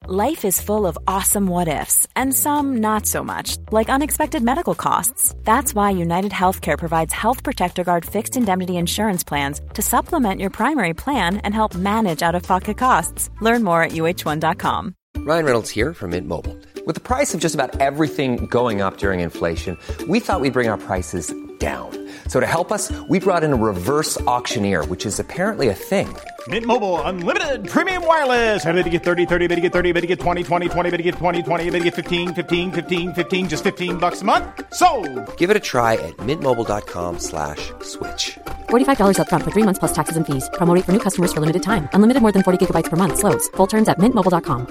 Life is full of awesome what-ifs, and some not so much, like unexpected medical costs. That's why United Healthcare provides Health Protector Guard fixed indemnity insurance plans to supplement your primary plan and help manage out-of-pocket costs. Learn more at uh1.com. Ryan Reynolds here from Mint Mobile. With the price of just about everything going up during inflation, we thought we'd bring our prices down. So to help us, we brought in a reverse auctioneer, which is apparently a thing. Mint Mobile Unlimited Premium Wireless. How to get 30, 30, bit to get 30, bit to get 20, 20, 20, bit to get 20, 20, bit to get 15, 15, 15, 15, just $15 a month? Sold! Give it a try at mintmobile.com/switch. $45 up front for 3 months plus taxes and fees. Promo rate for new customers for limited time. Unlimited more than 40 gigabytes per month. Slows full terms at mintmobile.com.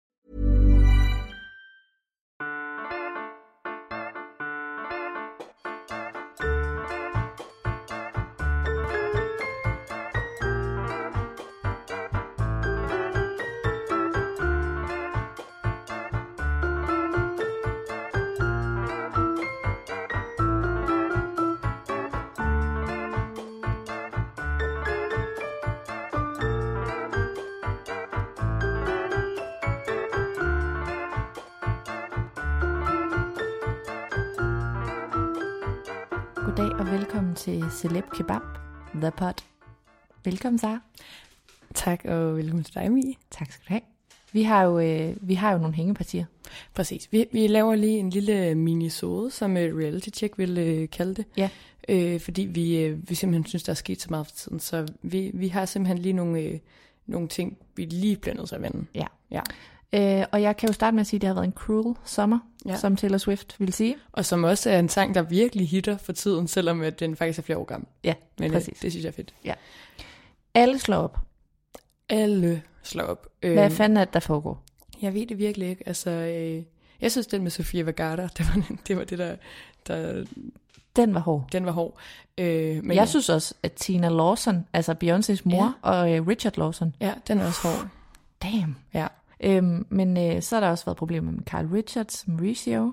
Goddag og velkommen til Celeb Kebab, The Pot. Velkommen, Sara. Tak, og velkommen til dig, Mie. Tak skal du have. Vi har jo nogle hængepartier. Præcis. Vi laver lige en lille minisode, som reality check vil kalde det. Ja. Fordi vi simpelthen synes, der er sket så meget for tiden. Så vi har simpelthen lige nogle ting, vi lige bliver nødt til at vende. Ja. Ja. Og jeg kan jo starte med at sige, at det har været en cruel sommer, som Taylor Swift vil sige. Og som også er en sang, der virkelig hitter for tiden, selvom at den faktisk er flere år gammel. Ja, men præcis. Det synes jeg er fedt. Ja. Alle slår op. Alle slår op. Hvad fanden er det, der foregår? Jeg ved det virkelig ikke. Altså, jeg synes, den med Sofia Vergara, det var det, der Den var hård. Den var hård. Men jeg synes også, at Tina Lawson, altså Beyoncés mor, og Richard Lawson. Ja, den er også hård. Damn. Ja. Men så har der også været problemer med Carl Richards, Mauricio.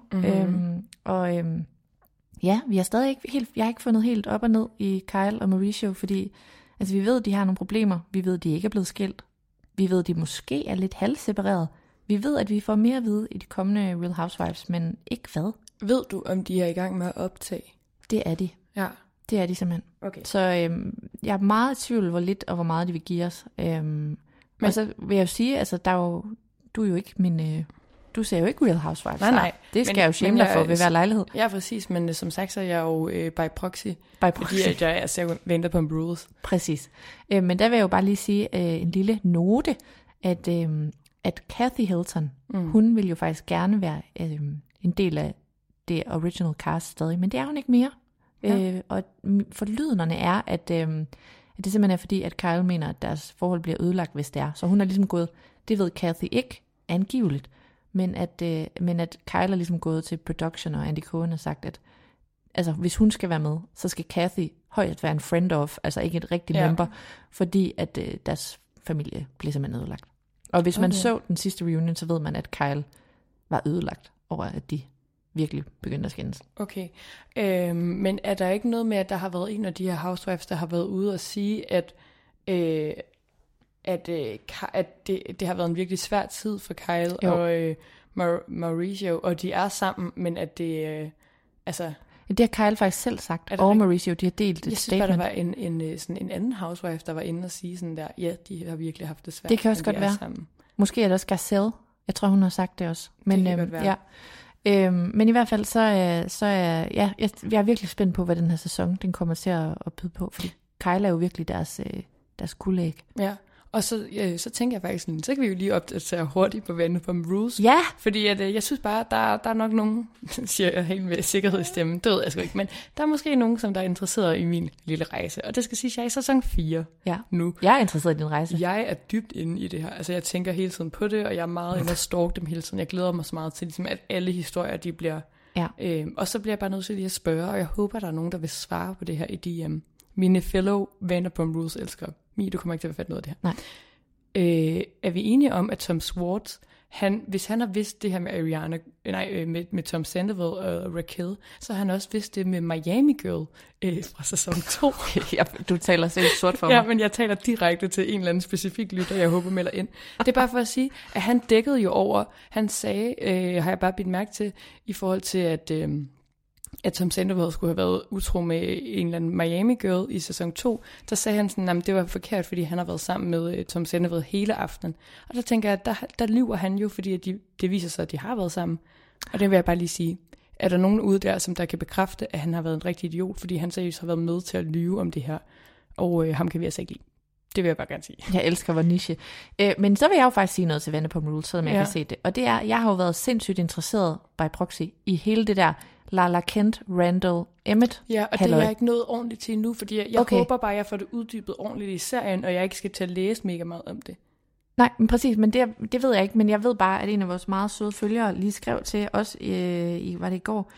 Vi har stadig ikke jeg har ikke fundet helt op og ned i Kyle og Mauricio, fordi altså, vi ved, at de har nogle problemer. Vi ved, at de ikke er blevet skilt. Vi ved, at de måske er lidt halvsepareret. Vi ved, at vi får mere at vide i de kommende Real Housewives, men ikke hvad. Ved du, om de er i gang med at optage? Det er de. Ja. Det er de simpelthen. Okay. Så jeg er meget i tvivl, hvor lidt og hvor meget de vil give os. Men og så vil jeg jo sige, altså du er jo ikke min... Du ser jo ikke Real Housewives. Nej. Det skal jeg jo shame dig for ved hver lejlighed. Ja, præcis. Men som sagt, så er jeg jo by proxy. Fordi at jeg ser Vanderpump Rules. Præcis. Men der vil jeg jo bare lige sige en lille note, at Kathy Hilton, hun vil jo faktisk gerne være en del af det original cast stadig, men det er hun ikke mere. Ja. Og forlydenderne er, at det simpelthen er fordi, at Kyle mener, at deres forhold bliver ødelagt, hvis det er. Så hun er ligesom gået, det ved Kathy ikke angiveligt, men at Kyle er ligesom gået til production og Andy Cohen og sagt, at altså, hvis hun skal være med, så skal Kathy højst være en friend of, altså ikke et rigtigt member, fordi at deres familie bliver simpelthen ødelagt. Og hvis man så den sidste reunion, så ved man, at Kyle var ødelagt over, at de virkelig begyndte at skændes. Okay. Men er der ikke noget med, at der har været en af de her housewives, der har været ude og sige, at det har været en virkelig svær tid for Kyle og Mauricio, og de er sammen, men at det altså... Det har Kyle faktisk selv sagt, og Mauricio, de har delt et statement. Jeg synes bare, der var sådan en anden housewife, der var inde og sige sådan der, ja, de har virkelig haft det svært. Det kan også godt være. Sammen. Måske er det også Garcelle. Jeg tror, hun har sagt det også. Men, det kan godt være. Ja. Men i hvert fald, jeg er virkelig spændt på, hvad den her sæson den kommer til at byde på, fordi Kyle er jo virkelig deres guldæg. Ja, og så tænker jeg faktisk sådan, så kan vi jo lige opdatere hurtigt på Vanderpump Rules. Ja! Fordi jeg synes bare, der er nok nogen, siger jeg helt med sikkerhed i stemmen, det ved jeg sgu ikke, men der er måske nogen, som der er interesseret i min lille rejse. Og det skal sige, at jeg er i sæson 4 nu. Jeg er interesseret i din rejse. Jeg er dybt inde i det her. Altså jeg tænker hele tiden på det, og jeg er meget inde og stalke dem hele tiden. Jeg glæder mig så meget til, ligesom, at alle historier, de bliver... Ja. Og så bliver jeg bare nødt til lige at spørge, og jeg håber, der er nogen, der vil svare på det her i DM. Mine fellow Vanderpump Rules elskere. Mie, du kommer ikke til at være fat noget af det her. Nej. er vi enige om, at Tom Schwartz, hvis han har vidst det her med med Tom Sandoval og Raquel, så har han også vidst det med Miami Girl fra sæson 2. Ja, du taler selv sort for mig. Ja, men jeg taler direkte til en eller anden specifik lytter, jeg håber melder ind. Det er bare for at sige, at han dækkede jo over, han sagde, har jeg bare bidt mærke til, i forhold til, at Tom Sandoval skulle have været utro med en eller anden Miami Girl i sæson 2, der sagde han sådan, at det var forkert, fordi han har været sammen med Tom Sandoval hele aftenen. Og der tænker jeg, at der lyver han jo, fordi at det viser sig, at de har været sammen. Og det vil jeg bare lige sige. Er der nogen ude der, som der kan bekræfte, at han har været en rigtig idiot, fordi han seriøst har været med til at lyve om det her, og ham kan vi altså ikke lide. Det vil jeg bare gerne sige. Jeg elsker vores niche. Men så vil jeg jo faktisk sige noget til Vanderpump Rules, så jeg kan se det. Og det er, jeg har jo været sindssygt interesseret by proxy i hele det der Lala Kent, Randall, Emmett. Ja, og det er jeg ikke nået ordentligt til nu, fordi jeg håber bare, at jeg får det uddybet ordentligt i serien, og jeg ikke skal til at læse mega meget om det. Nej, men præcis, men det ved jeg ikke, men jeg ved bare, at en af vores meget søde følgere lige skrev til os, var det i går,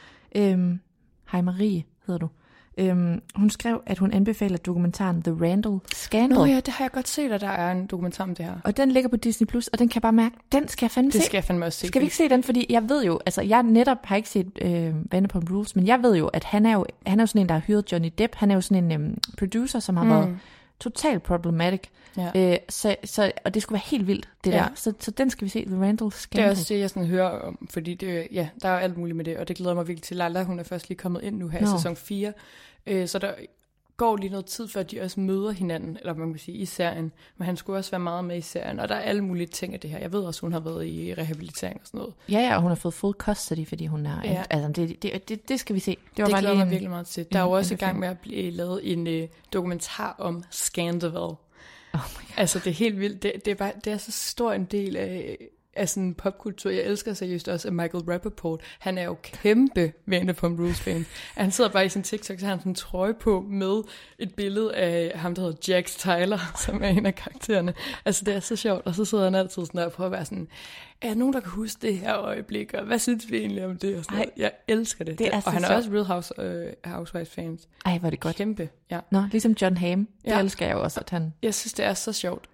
hej Marie hedder du, hun skrev, at hun anbefaler dokumentaren The Randall Scandal. Nå ja, det har jeg godt set, at der er en dokumentar om det her. Og den ligger på Disney+, og den kan jeg bare mærke, den skal jeg fandme se. Det skal jeg fandme også se. Skal vi ikke se den, fordi jeg ved jo, altså jeg netop har ikke set Vanderpump Rules, men jeg ved jo, at han er jo sådan en, der har hyret Johnny Depp. Han er jo sådan en producer, som har været totalt problematic. Ja. Og det skulle være helt vildt, det der. Så den skal vi se, The Randall Scandal. Det er også det, jeg sådan hører om, fordi det, der er alt muligt med det, og det glæder mig virkelig til. Lala, hun er først lige kommet ind nu her i sæson 4, så der går lige noget tid, før de også møder hinanden, eller man kan sige, i serien. Men han skulle også være meget med i serien, og der er alle mulige ting af det her. Jeg ved også, hun har været i rehabilitering og sådan noget. Ja, og hun har fået full custody, fordi hun er... Ja. Altså, det skal vi se. Det glæder mig virkelig meget til. Der er jo også i gang med at blive lavet en dokumentar om Scandoval. Altså, det er helt vildt. Det er så stor en del af sådan popkultur. Jeg elsker seriøst også af Michael Rappaport. Han er jo kæmpe Vanderpump Rules-fan. Han sidder bare i sin TikTok, så har han sådan en trøje på med et billede af ham, der hedder Jax Tyler, som er en af karaktererne. Altså, det er så sjovt. Og så sidder han altid sådan der og prøver at være sådan, er der nogen, der kan huske det her øjeblik? Og hvad synes vi egentlig om det? Og sådan jeg elsker det. Og han er også Real Housewives-fans. Ej, hvor er det godt. Kæmpe, ja. Nå, ligesom John Hamm. Det elsker jeg jo også, at han... Jeg synes, det er så sjovt.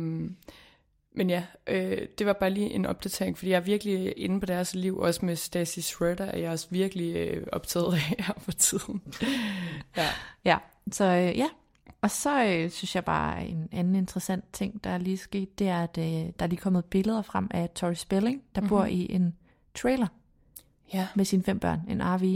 Men ja, det var bare lige en opdatering, fordi jeg er virkelig inde på deres liv, også med Stacey Schroeder, og jeg er også virkelig optaget af her for tiden. Ja, så ja. Og så synes jeg bare, en anden interessant ting, der er lige sket, det er, at der er lige kommet billeder frem af Tori Spelling, der bor i en trailer med sine 5 børn, en RV.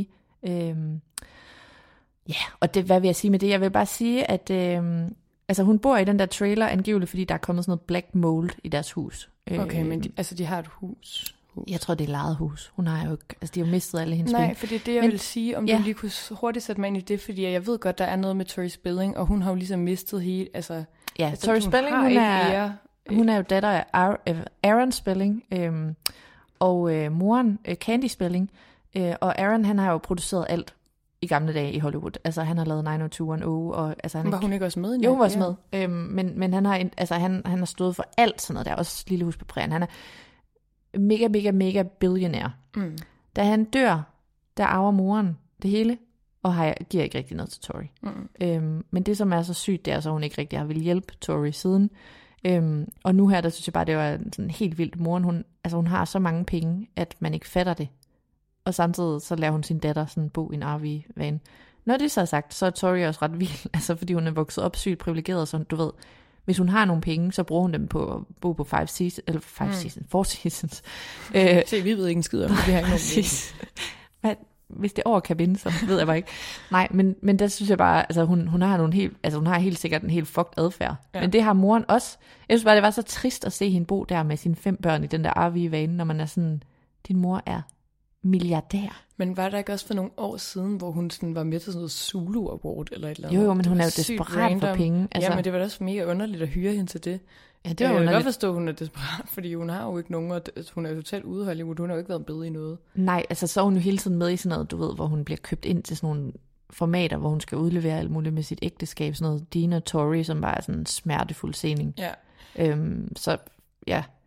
Og det, hvad vil jeg sige med det? Jeg vil bare sige, at... Altså hun bor i den der trailer angiveligt, fordi der er kommet sådan noget black mold i deres hus. Okay, men de har et hus. Jeg tror, det er lejet hus. Hun har jo ikke, altså de har jo mistet alle hendes penge. Nej, for det er det, jeg vil sige, om du lige kunne hurtigt sætte mig ind i det, fordi jeg ved godt, der er noget med Tori Spelling, og hun har jo ligesom mistet hele, altså... Ja, Tori Spelling, hun er jo datter af Aaron Spelling, og moren Candy Spelling, og Aaron, han har jo produceret alt i gamle dage i Hollywood. Altså han har lavet 90210 og altså han var hun ikke også med? Jo, hun var også med. Men han har han har stået for alt sådan noget der, også Lille Hus på Prærien. Han er mega billionaire. Da han dør, der arver moren det hele og giver ikke rigtig noget til Tori. Men det som er så sygt, det er så hun ikke rigtig har ville hjælpe Tori siden. Og nu her der synes jeg bare det var sådan helt vildt. Moren hun har så mange penge, at man ikke fatter det. Og samtidig så lader hun sin datter sådan bo i en RV-van. Når det så er sagt, så er Tori også ret vild, altså fordi hun er vokset op sygt privilegeret, så du ved, hvis hun har nogle penge, så bruger hun dem på at bo på 4 seasons. Se, vi ved ikke en skid om det, vi har ikke nogen hvis det år kan vinde, så ved jeg bare ikke. Nej, men der synes jeg bare, altså hun har helt sikkert en helt fucked adfærd. Ja. Men det har moren også. Jeg synes bare, det var så trist at se hende bo der med sine 5 børn i den der RV-van, når man er sådan, din mor er milliardær. Men var der ikke også for nogle år siden, hvor hun sådan var med til sådan noget Zulu Award eller et eller andet? Jo, men hun er jo desperat for penge. Altså... Ja, men det var da også mega underligt at hyre hende til det. Ja, det var jeg kan godt forstå, at hun er desperat, fordi hun har jo ikke nogen, og hun er jo totalt ude af Hollywood. Hun har jo ikke været bedre i noget. Nej, altså så er hun jo hele tiden med i sådan noget, du ved, hvor hun bliver købt ind til sådan nogle formater, hvor hun skal udlevere alt muligt med sit ægteskab. Sådan noget Dina Tori, som bare er sådan en smertefuld scening. Ja. Så ja.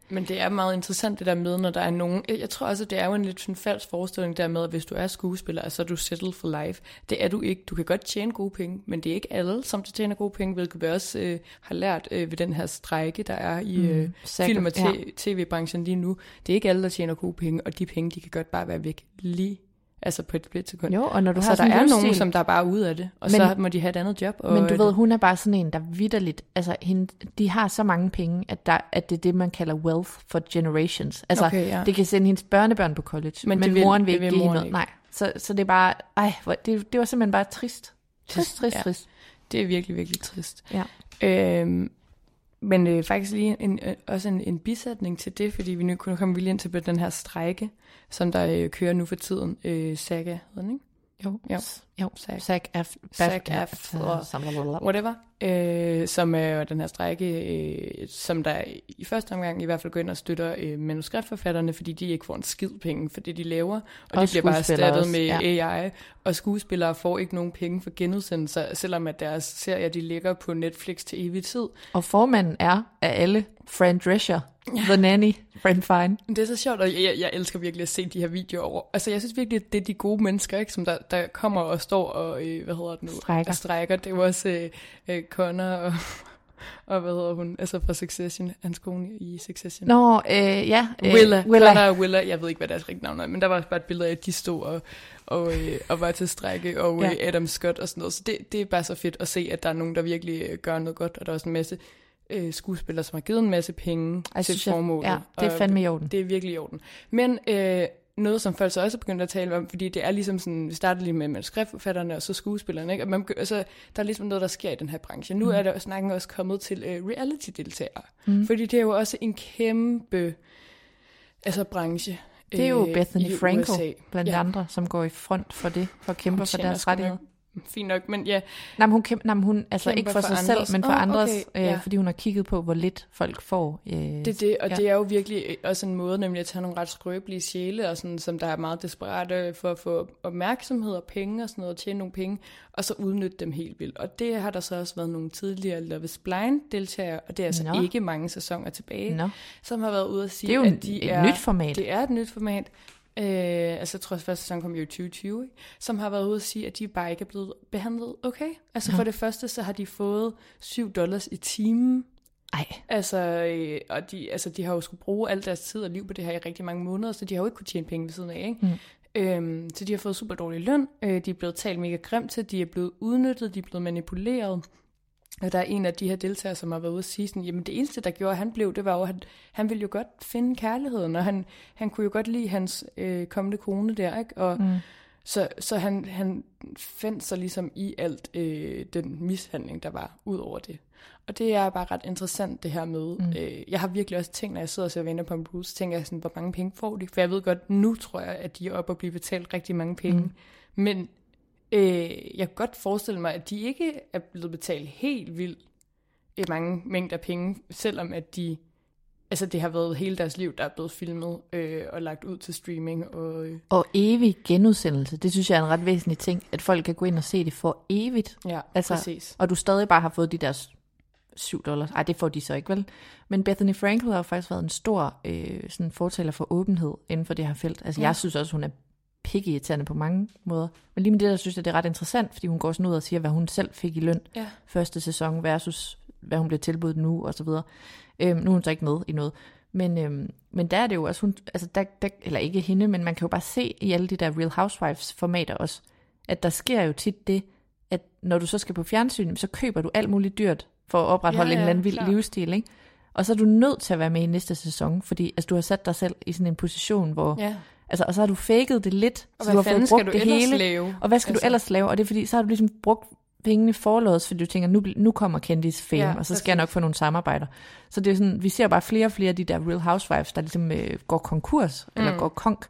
Men det er meget interessant det der med, når der er nogen... Jeg tror også, at det er jo en lidt sådan falsk forestilling der med, at hvis du er skuespiller, så er du settled for life. Det er du ikke. Du kan godt tjene gode penge, men det er ikke alle, som tjener gode penge, hvilket vi også har lært ved den her strejke, der er i film- og tv-branchen lige nu. Det er ikke alle, der tjener gode penge, og de penge, de kan godt bare være væk lige... Altså på et splitsekund. Jo, og når du så har der er nogen, som der er bare ude af det, og så må de have et andet job. Og men du ved, hun er bare sådan en, der vitterligt, altså de har så mange penge, at det er det, man kalder wealth for generations. Altså, okay, det kan sende hendes børnebørn på college, men moren vil ikke give hende noget. Nej, så det er bare, det var simpelthen bare trist. Trist. Det er virkelig, virkelig trist. Ja. Men faktisk lige også en bisætning til det, fordi vi nu kunne komme vildt ind til den her strejke, som der kører nu for tiden. SAG, hedder den, ikke? Jo. SAG-AF, whatever. Som er jo den her strejke, som der i første omgang i hvert fald går ind og støtter manuskriptforfatterne, fordi de ikke får en skid penge for det, de laver. Og de bliver bare erstattet med AI. Og skuespillere får ikke nogen penge for genudsendelser, selvom at deres serier, de ligger på Netflix til evig tid. Og formanden er af alle Fran Drescher, The Nanny, Fran Fine. Det er så sjovt, og jeg elsker virkelig at se de her videoer over. Altså jeg synes virkelig, at det er de gode mennesker, ikke, som der kommer og står og, strækker. Det er jo også Connor og hvad hedder hun, altså fra Succession, hans kone i Succession. Nå, Willa. Connor og Willa, jeg ved ikke, hvad deres rigtige navn er, men der var også bare et billede af, at de stod og var til strække, og Adam Scott og sådan noget. Så det er bare så fedt at se, at der er nogen, der virkelig gør noget godt, og der er også en masse skuespillere, som har givet en masse penge til formålet. Ja, det er fandme i orden. Det er virkelig i orden. Men noget, som folk så også er begyndt at tale om, fordi det er ligesom sådan, vi startede lige med manuskriptforfatterne og så skuespillerne, ikke? Og der er ligesom noget, der sker i den her branche. Nu er der snakken også kommet til reality-deltagere, fordi det er jo også en kæmpe branche. Det er jo Bethany Frankel, blandt andre, som går i front for det, for at kæmpe for deres rettigheder. Fint nok, men ja. Hun altså ikke for sig selv, men for andres, fordi hun har kigget på, hvor lidt folk får. Det, og det er jo virkelig også en måde, nemlig at tage nogle ret skrøbelige sjæle, og sådan, som der er meget desperate for at få opmærksomhed og penge og sådan noget, og tjene nogle penge, og så udnytte dem helt vildt. Og det har der så også været nogle tidligere Love is Blind-deltagere, og det er altså ikke mange sæsoner tilbage, som har været ude at sige, at de er... nyt format. Det er et nyt format. Jeg tror at første sæson kom jo i 2020, ikke? Som har været ude at sige, at de bare ikke er blevet behandlet okay. Altså for det første, så har de fået $7 i timen. De har jo skulle bruge al deres tid og liv på det her i rigtig mange måneder, så de har jo ikke kunne tjene penge ved siden af, ikke? Så de har fået super dårlig løn, de er blevet talt mega grimt til, de er blevet udnyttet, de er blevet manipuleret. Og der er en af de her deltagere, som har været ude at sige sådan, jamen det eneste, der gjorde, at han blev, det var jo, at han ville jo godt finde kærligheden, og han kunne jo godt lide hans kommende kone der, ikke? Og så han fandt sig ligesom i alt den mishandling, der var ud over det. Og det er bare ret interessant, det her med. Jeg har virkelig også tænkt, når jeg sidder og ser Vanderpump på en Bruce, tænker jeg sådan, hvor mange penge får de? For jeg ved godt, nu tror jeg, at de er oppe og bliver betalt rigtig mange penge. Men jeg kan godt forestille mig, at de ikke er blevet betalt helt vildt i mange mængder penge, selvom at det har været hele deres liv, der er blevet filmet og lagt ud til streaming. Og evig genudsendelse, det synes jeg er en ret væsentlig ting, at folk kan gå ind og se det for evigt. Ja, præcis. Og du stadig bare har fået de der $7. Ej, det får de så ikke, vel? Men Bethany Frankel har jo faktisk været en stor sådan fortaler for åbenhed inden for det her felt. Altså jeg synes også, hun er pikkeirriterende på mange måder. Men lige med det, der synes jeg, det er ret interessant, fordi hun går sådan ud og siger, hvad hun selv fik i løn første sæson versus hvad hun bliver tilbudt nu, og så videre. Nu er hun så ikke med i noget. Men der er det jo også, hun, altså der, eller ikke hende, men man kan jo bare se i alle de der Real Housewives-formater også, at der sker jo tit det, at når du så skal på fjernsyn, så køber du alt muligt dyrt for at opretholde en eller anden vild livsstil, ikke? Og så er du nødt til at være med i næste sæson, fordi altså, du har sat dig selv i sådan en position, hvor... Altså, og så har du faked det lidt, og så du har fået brugt det hele. Lave? Og hvad skal du ellers lave? Og det er fordi, så har du ligesom brugt pengene forlods, fordi du tænker, nu kommer Candice fame, og så skal jeg nok få nogle samarbejder. Så det er sådan, vi ser bare flere og flere af de der Real Housewives, der ligesom går konkurs, eller går konk.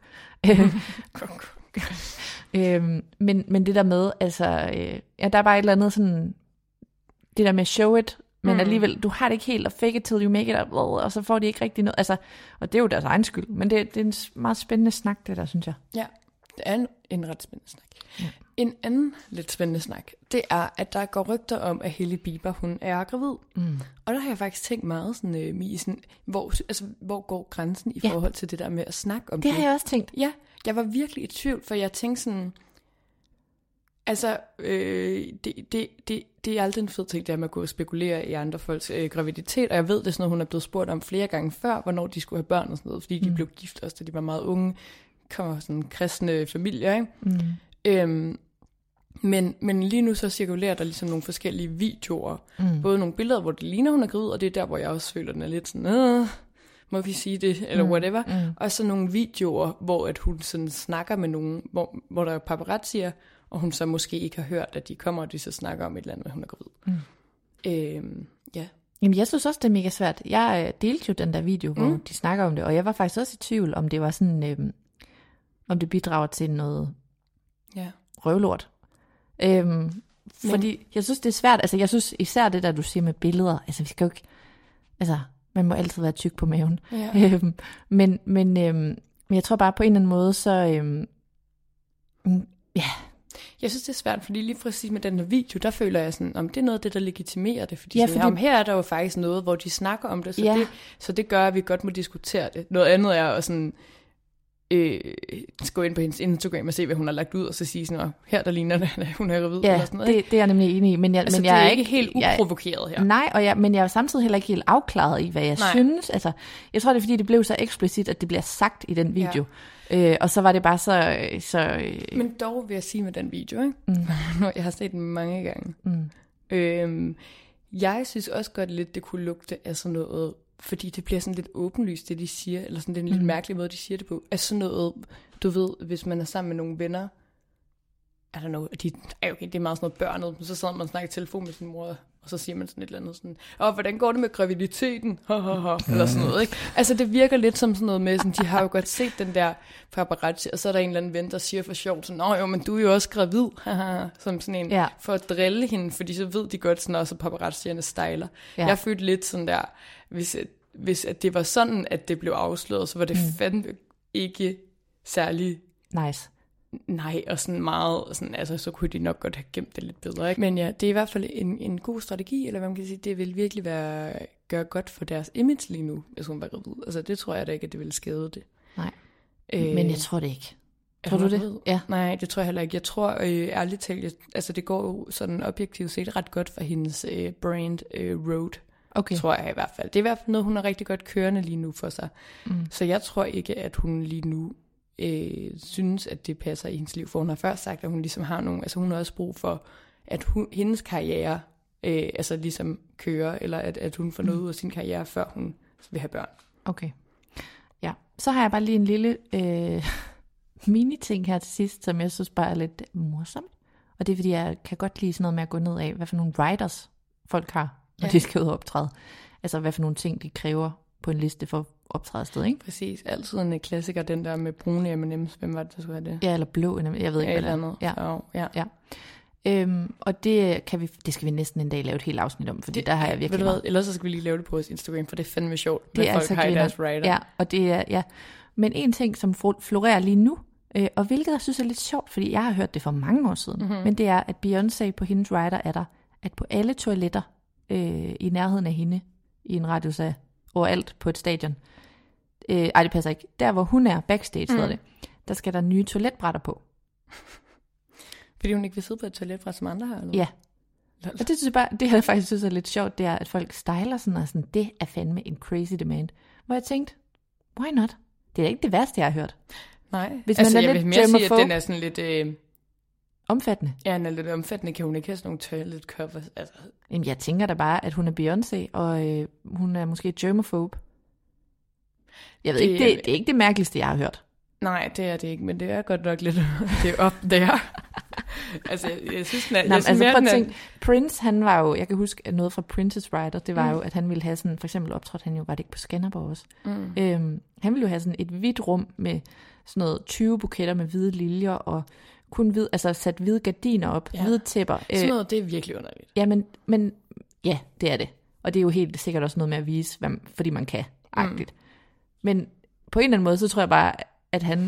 Men det der med, altså, der er bare et eller andet sådan, det der med show it, men alligevel, du har det ikke helt, og fake it till you make it up, og så får de ikke rigtig noget. Altså, og det er jo deres egen skyld, men det er en meget spændende snak, det der, synes jeg. Ja, Det er en ret spændende snak. Ja. En anden lidt spændende snak, det er, at der går rygter om, at Hailey Bieber, hun er gravid. Og der har jeg faktisk tænkt meget sådan, hvor går grænsen i forhold til det der med at snakke om det? Det har jeg også tænkt. Ja, jeg var virkelig i tvivl, for jeg tænkte sådan, altså, det er aldrig en fed ting, det er med at gå og spekulere i andre folks graviditet, og jeg ved, det er sådan noget, hun er blevet spurgt om flere gange før, hvornår de skulle have børn og sådan noget, fordi de blev gift også, da de var meget unge, kommer sådan kristne familier, ikke? Men lige nu så cirkulerer der ligesom nogle forskellige videoer, både nogle billeder, hvor det ligner, hun er gravid, og det er der, hvor jeg også føler, den er lidt sådan, må vi sige det, eller whatever, og så nogle videoer, hvor at hun sådan snakker med nogen, hvor der er paparazzier, og hun så måske ikke har hørt, at de kommer, og de så snakker om et eller andet, at hun er gravid. Ja. Jamen, jeg synes også, det er mega svært. Jeg delte jo den der video, hvor de snakker om det, og jeg var faktisk også i tvivl, om det var sådan, om det bidrager til noget røvlort. Fordi jeg synes, det er svært. Altså, jeg synes især det der, du siger med billeder. Altså, vi skal jo ikke... Altså, man må altid være tyk på maven. Ja. Men jeg tror bare på en eller anden måde, så... Jeg synes, det er svært, fordi lige præcis med den her video, der føler jeg sådan, om det er noget af det, der legitimerer det. Fordi her er der jo faktisk noget, hvor de snakker om det, så det gør, at vi godt må diskutere det. Noget andet er at sådan... gå ind på hendes Instagram og se, hvad hun har lagt ud, og så sige sådan, her der ligner det, at hun er gravid. Ja, eller sådan noget, det er jeg nemlig enig i. Men jeg det er ikke helt uprovokeret her. Nej, men jeg er samtidig heller ikke helt afklaret i, hvad jeg synes. Altså, jeg tror, det er, fordi det blev så eksplicit, at det bliver sagt i den video. Ja. Og så var det bare så Men dog vil jeg sige med den video, ikke? Jeg har set den mange gange. Jeg synes også godt lidt, det kunne lugte af sådan noget, fordi det bliver sådan lidt åbenlyst, det de siger, eller sådan, det er en lidt mærkelig måde, de siger det på. Altså sådan noget, du ved, hvis man er sammen med nogle venner, I don't know, det er meget sådan noget børnet, men så sidder man og snakker i telefon med sin mor, og så siger man sådan et eller andet sådan, hvordan går det med graviditeten? Eller sådan noget, ikke? Altså det virker lidt som sådan noget med, sådan, de har jo godt set den der paparazzi, og så er der en eller anden ven, der siger for sjovt, sådan, men du er jo også gravid, som sådan en, for at drille hende, fordi så ved de godt sådan også, at paparazzierne styler. Ja. Jeg følte lidt sådan der, hvis at det var sådan, at det blev afsløret, så var det fandme ikke særlig nice. Nej, og sådan meget, sådan, altså så kunne de nok godt have gemt det lidt bedre, ikke? Men ja, det er i hvert fald en god strategi, eller hvad man kan sige, det vil virkelig gøre godt for deres image lige nu, hvis hun var gravid. Altså det tror jeg da ikke, at det ville skade det. Nej, men jeg tror det ikke. Tror du det? Ja. Nej, det tror jeg heller ikke. Jeg tror ærligt talt, altså det går jo sådan objektivt set ret godt for hendes brand Rode. Okay. Tror jeg i hvert fald. Det er i hvert fald noget, hun er rigtig godt kørende lige nu for sig. Så jeg tror ikke, at hun lige nu synes, at det passer i hendes liv, for hun har først sagt, at hun ligesom har nogle, altså hun har også brug for, at hendes karriere altså ligesom kører, eller at hun får noget ud af sin karriere, før hun vil have børn. Okay. Ja, så har jeg bare lige en lille mini-ting her til sidst, som jeg synes bare er lidt morsomt, og det er, fordi jeg kan godt lide sådan noget med at gå ned af, hvad for nogle writers folk har, når de skal ud og optræde. Altså, hvad for nogle ting, de kræver på en liste for optræde sted, ikke? Præcis. Altid en klassiker, den der med brune M&M's. Hvem var det, der skulle have det? Ja, eller blå M&M's. Jeg ved ikke, hvad det er. Ja. Og det skal vi næsten en dag lave et helt afsnit om, fordi der har jeg virkelig meget. Ellers så skal vi lige lave det på vores Instagram, for det er fandme sjovt, hvad folk altså har i deres writer. Ja, og det er, ja. Men en ting, som florerer lige nu, og hvilket jeg synes er lidt sjovt, fordi jeg har hørt det for mange år siden, men det er, at Beyoncé på hendes writer er der, at på alle toiletter i nærheden af hende, i en radius af overalt på et stadion, det passer ikke, der hvor hun er, backstage hedder det, der skal der nye toiletbrætter på. Fordi hun ikke vil sidde på et toiletbræt, som andre har? Eller? Ja. Og det synes jeg bare, det jeg faktisk synes er lidt sjovt, det er, at folk styler sådan, og sådan, det er fandme en crazy demand. Hvor jeg tænkte, why not? Det er ikke det værste, jeg har hørt. Nej, hvis altså man er jeg lidt vil mere sige, at den er sådan lidt... omfattende. Ja, den er lidt omfattende. Kan hun ikke have sådan nogle toilet covers? Altså. Jamen, jeg tænker da bare, at hun er Beyoncé, og hun er måske germaphobe. Jeg ved ikke, det er ikke det mærkeligste, jeg har hørt. Nej, det er det ikke, men det er godt nok lidt det er op der. Altså, jeg synes, Prince, han var jo, jeg kan huske noget fra Prince's writer, det var jo, at han ville have sådan, for eksempel optrådte han jo, var det ikke på Skanderborg også? Han ville jo have sådan et hvidt rum med sådan noget 20 buketter med hvide liljer, og kun altså sat hvide gardiner op, hvide tæpper. Sådan noget, det er virkelig underligt. Ja, men ja, det er det. Og det er jo helt sikkert også noget med at vise, fordi man kan, agtigt. Men på en eller anden måde, så tror jeg bare, at han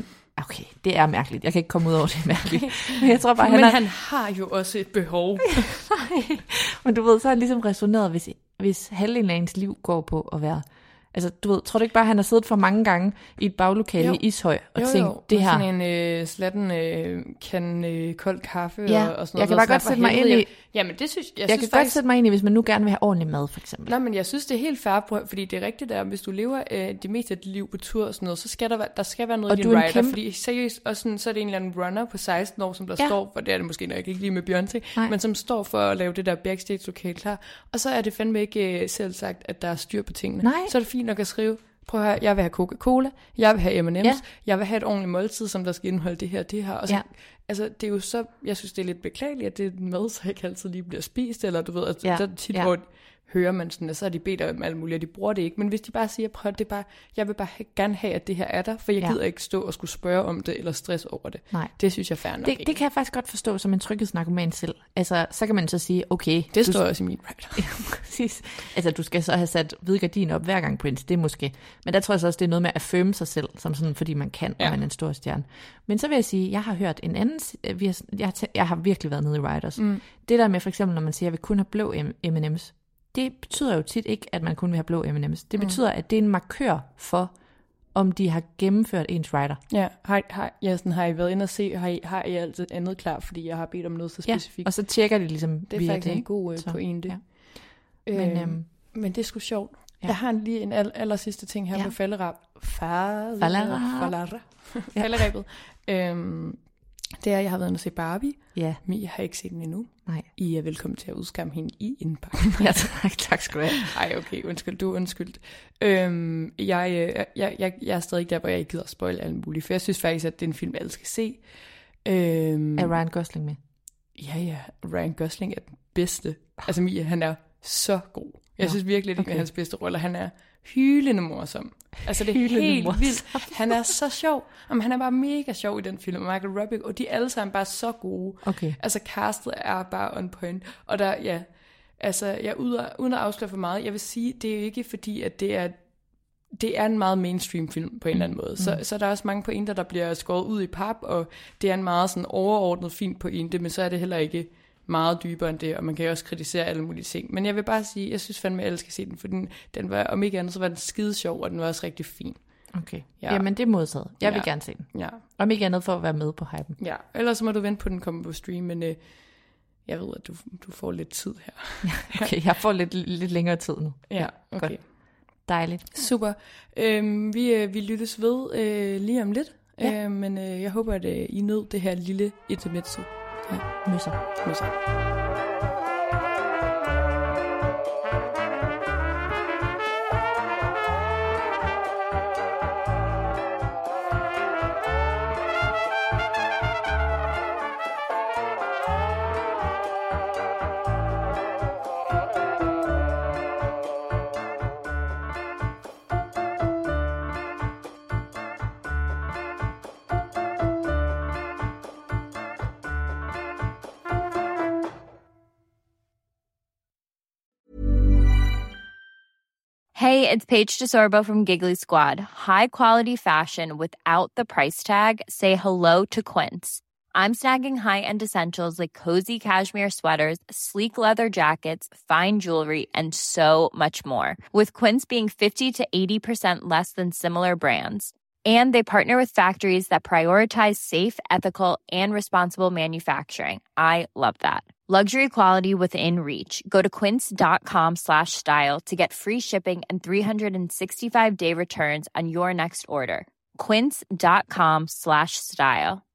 Okay, det er mærkeligt. Jeg kan ikke komme ud over det mærkeligt. Men jeg tror bare, han har jo også et behov. Nej, men du ved, så er han ligesom resoneret, hvis halvdelen af ens liv går på at være... Altså, du ved, tror du ikke bare, han har siddet for mange gange i et baglokale i Ishøj og tænkt, det her... sådan en slatten kan kold kaffe og sådan noget. Jeg kan bare godt sætte mig ind i... Jamen, det synes jeg... Jeg kan godt sætte mig ind i, hvis man nu gerne vil have ordentlig mad, for eksempel. Nej, men jeg synes, det er helt fair, fordi det er rigtigt der, hvis du lever det meste af dit liv på tur og sådan noget, så skal der skal være noget i din rider, fordi seriøst, og sådan, så er det en eller anden runner på 16 år, som der står for, det er det måske nok ikke lige med Beyoncé, men som står for at lave det der backstage-lokale klar, og så er det fandme ikke selv sagt, at der er styr på tingene. Nej. Så er det fint nok at skrive, prøv at høre, jeg vil have Coca-Cola, jeg vil have M&M's, jeg vil have et ordentligt måltid, som der skal indeholde det her, og så, altså, det er jo så, jeg synes, det er lidt beklageligt, at det er mad, så ikke altid lige bliver spist, eller du ved, at så tit, hvor hører man sådan, at så er de bedt om alt muligt, og de bruger det ikke, men hvis de bare siger, prøv, det er bare, jeg vil bare gerne have, at det her er der, for jeg gider ikke stå og skulle spørge om det, eller stress over det. Nej. Det synes jeg er fair nok. Det kan jeg faktisk godt forstå som en tryghedsnarkoman selv. Altså, så kan man så sige, okay... Det står også i min writer. Præcis. Altså, du skal så have sat hvid gardin op hver gang, Prince, det måske. Men der tror jeg så også, det er noget med at affirme sig selv, som sådan, fordi man kan, og man er en stor stjerne. Men så vil jeg sige, jeg har hørt en anden... Jeg har virkelig været nede i writers. Det der med for eksempel, når man siger, at jeg vil kun have blå M&M's, det betyder jo tit ikke, at man kun vil have blå M&M's. Det betyder, at det er en markør for, om de har gennemført ens writer. Ja, har I været inde og se, har I altid andet klar, fordi jeg har bedt om noget så specifikt? Og så tjekker de ligesom det er faktisk en god pointe. Ja. Men det er sgu sjovt. Ja. Jeg har lige en aller sidste ting her på falderæbet. Det er, jeg har været inde og se Barbie. Ja. Men jeg har ikke set den endnu. Nej. I er velkommen til at udskamme hende i indpakken. Ja, tak skal du have. Ej, okay, undskyld. Du er undskyldt. Jeg er stadig der, hvor jeg ikke gider at spoil alt muligt. For jeg synes faktisk, at det er en film, alle skal se. Er Ryan Gosling med? Ja. Ryan Gosling er den bedste. Altså Mia, han er så god. Jeg synes virkelig, det er hans bedste rolle. Han er hylende morsom. Altså det er helt vildt. Han er så sjov. Han er bare mega sjov i den film. Og Michael Rubik, og de alle sammen bare så gode. Okay. Altså castet er bare on point. Og der, uden at afsløre for meget, jeg vil sige, det er jo ikke fordi, at det er en meget mainstream film på en eller anden måde. Så der er også mange pointer, der bliver skåret ud i pap, og det er en meget sådan overordnet fin pointe, men så er det heller ikke meget dybere end det, og man kan jo også kritisere alle mulige ting. Men jeg vil bare sige, jeg synes fandme, at alle skal se den, for den var, om ikke andet, så var den skide sjov, og den var også rigtig fin. Okay, jamen det er modtaget. Jeg vil gerne se den. Ja. Om ikke andet for at være med på hypen. Ja, ellers så må du vente på, den kommer på stream, men jeg ved, at du får lidt tid her. Okay, jeg får lidt længere tid nu. Ja, okay. Godt. Dejligt. Super. Vi lyttes ved lige om lidt, men jeg håber, at I nød det her lille intermezzo. Ja. Møsser. Hey, it's Paige DeSorbo from Giggly Squad. High quality fashion without the price tag. Say hello to Quince. I'm snagging high-end essentials like cozy cashmere sweaters, sleek leather jackets, fine jewelry, and so much more. With Quince being 50 to 80% less than similar brands. And they partner with factories that prioritize safe, ethical, and responsible manufacturing. I love that. Luxury quality within reach. Go to quince.com/style to get free shipping and 365-day returns on your next order. Quince.com/style.